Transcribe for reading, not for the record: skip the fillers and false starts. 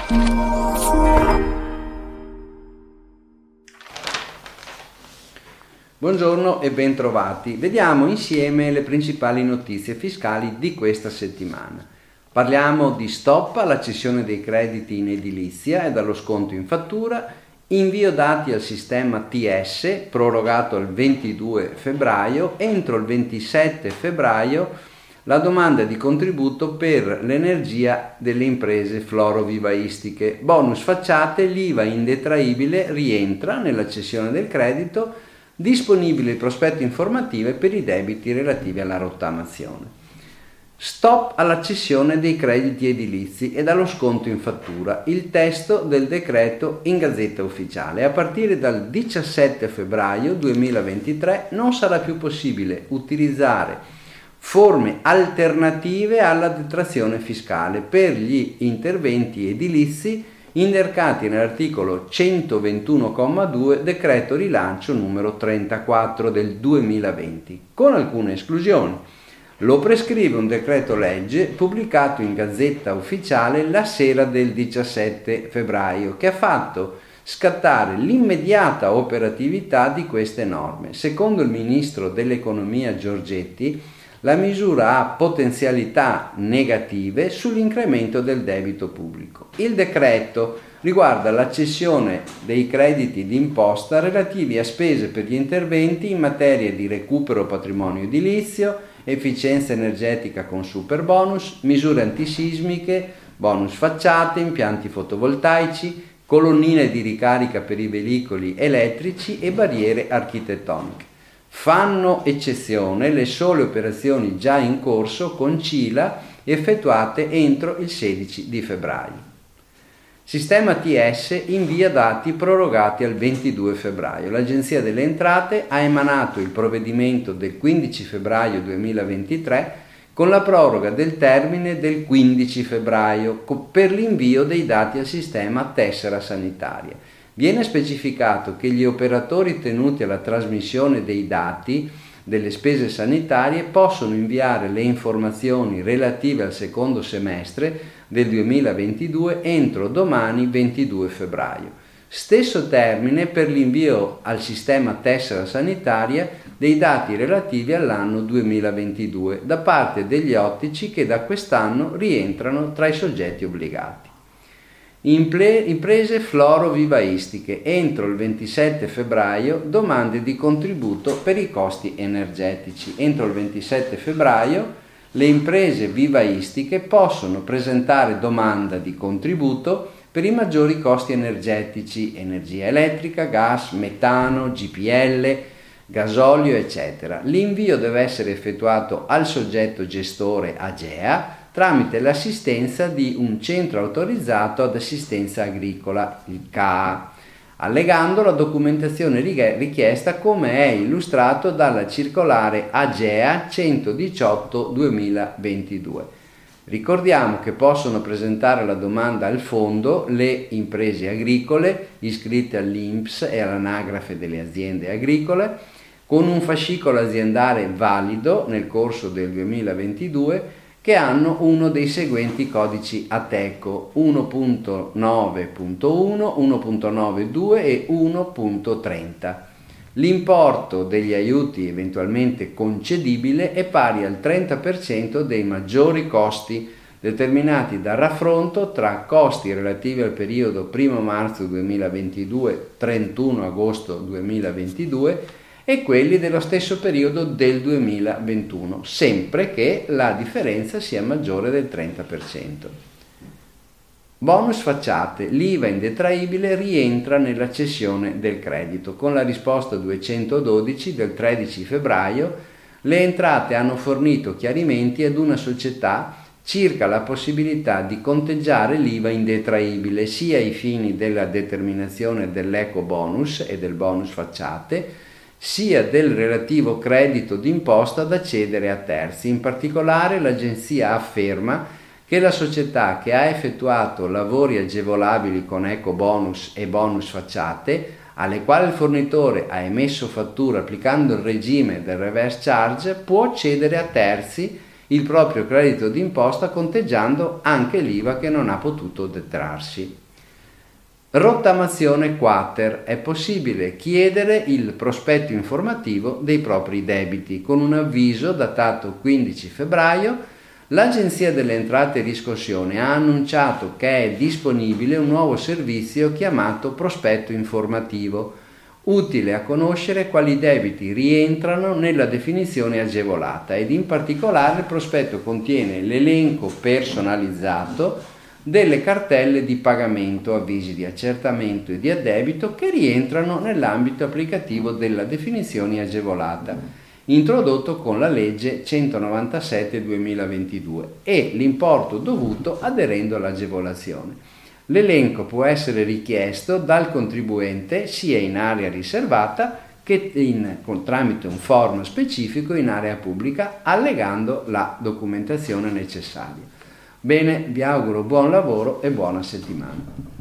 Buongiorno e ben trovati. Vediamo insieme le principali notizie fiscali di questa settimana. Parliamo di stop alla cessione dei crediti in edilizia e dallo sconto in fattura, invio dati al sistema TS prorogato al 22 febbraio, entro il 27 febbraio la domanda di contributo per l'energia delle imprese florovivaistiche, bonus facciate, l'IVA indetraibile rientra nella cessione del credito, disponibile il prospetto informativo per i debiti relativi alla rottamazione. Stop alla cessione dei crediti edilizi e dallo sconto in fattura. Il testo del decreto in Gazzetta Ufficiale. A partire dal 17 febbraio 2023 non sarà più possibile utilizzare forme alternative alla detrazione fiscale per gli interventi edilizi indicati nell'articolo 121,2 decreto rilancio numero 34 del 2020, con alcune esclusioni. Lo prescrive un decreto legge pubblicato in Gazzetta Ufficiale la sera del 17 febbraio che ha fatto scattare l'immediata operatività di queste norme. Secondo il ministro dell'economia Giorgetti, la misura ha potenzialità negative sull'incremento del debito pubblico. Il decreto riguarda la cessione dei crediti d'imposta relativi a spese per gli interventi in materia di recupero patrimonio edilizio, efficienza energetica con superbonus, misure antisismiche, bonus facciate, impianti fotovoltaici, colonnine di ricarica per i veicoli elettrici e barriere architettoniche. Fanno eccezione le sole operazioni già in corso con CILA effettuate entro il 16 di febbraio. Sistema TS invia dati prorogati al 22 febbraio. L'Agenzia delle Entrate ha emanato il provvedimento del 15 febbraio 2023 con la proroga del termine del 15 febbraio per l'invio dei dati al sistema tessera sanitaria. Viene specificato che gli operatori tenuti alla trasmissione dei dati delle spese sanitarie possono inviare le informazioni relative al secondo semestre del 2022 entro domani 22 febbraio. Stesso termine per l'invio al sistema tessera sanitaria dei dati relativi all'anno 2022 da parte degli ottici che da quest'anno rientrano tra i soggetti obbligati. Imprese florovivaistiche, entro il 27 febbraio domande di contributo per i costi energetici. Entro il 27 febbraio le imprese vivaistiche possono presentare domanda di contributo per i maggiori costi energetici, energia elettrica, gas, metano, GPL, gasolio, eccetera. L'invio deve essere effettuato al soggetto gestore AGEA tramite l'assistenza di un centro autorizzato ad assistenza agricola, il CAA, allegando la documentazione richiesta come è illustrato dalla circolare AGEA 118/2022. Ricordiamo che possono presentare la domanda al fondo le imprese agricole iscritte all'INPS e all'anagrafe delle aziende agricole con un fascicolo aziendale valido nel corso del 2022 che hanno uno dei seguenti codici ATECO 1.9.1, 1.92 e 1.30. L'importo degli aiuti eventualmente concedibile è pari al 30% dei maggiori costi determinati dal raffronto tra costi relativi al periodo 1 marzo 2022-31 agosto 2022 e quelli dello stesso periodo del 2021, sempre che la differenza sia maggiore del 30%. Bonus facciate, l'IVA indetraibile rientra nella cessione del credito. Con la risposta 212 del 13 febbraio, le entrate hanno fornito chiarimenti ad una società circa la possibilità di conteggiare l'IVA indetraibile sia ai fini della determinazione dell'eco bonus e del bonus facciate, sia del relativo credito d'imposta da cedere a terzi. In particolare l'agenzia afferma che la società che ha effettuato lavori agevolabili con eco bonus e bonus facciate, alle quali il fornitore ha emesso fattura applicando il regime del reverse charge, può cedere a terzi il proprio credito d'imposta conteggiando anche l'IVA che non ha potuto detrarsi. Rottamazione quater: è possibile chiedere il prospetto informativo dei propri debiti. Con un avviso datato 15 febbraio, l'Agenzia delle Entrate e Riscossione ha annunciato che è disponibile un nuovo servizio chiamato prospetto informativo, utile a conoscere quali debiti rientrano nella definizione agevolata, ed in particolare il prospetto contiene l'elenco personalizzato delle cartelle di pagamento, avvisi di accertamento e di addebito che rientrano nell'ambito applicativo della definizione agevolata, introdotto con la legge 197/2022, e l'importo dovuto aderendo all'agevolazione. L'elenco può essere richiesto dal contribuente sia in area riservata che tramite un form specifico in area pubblica, allegando la documentazione necessaria. Bene, vi auguro buon lavoro e buona settimana.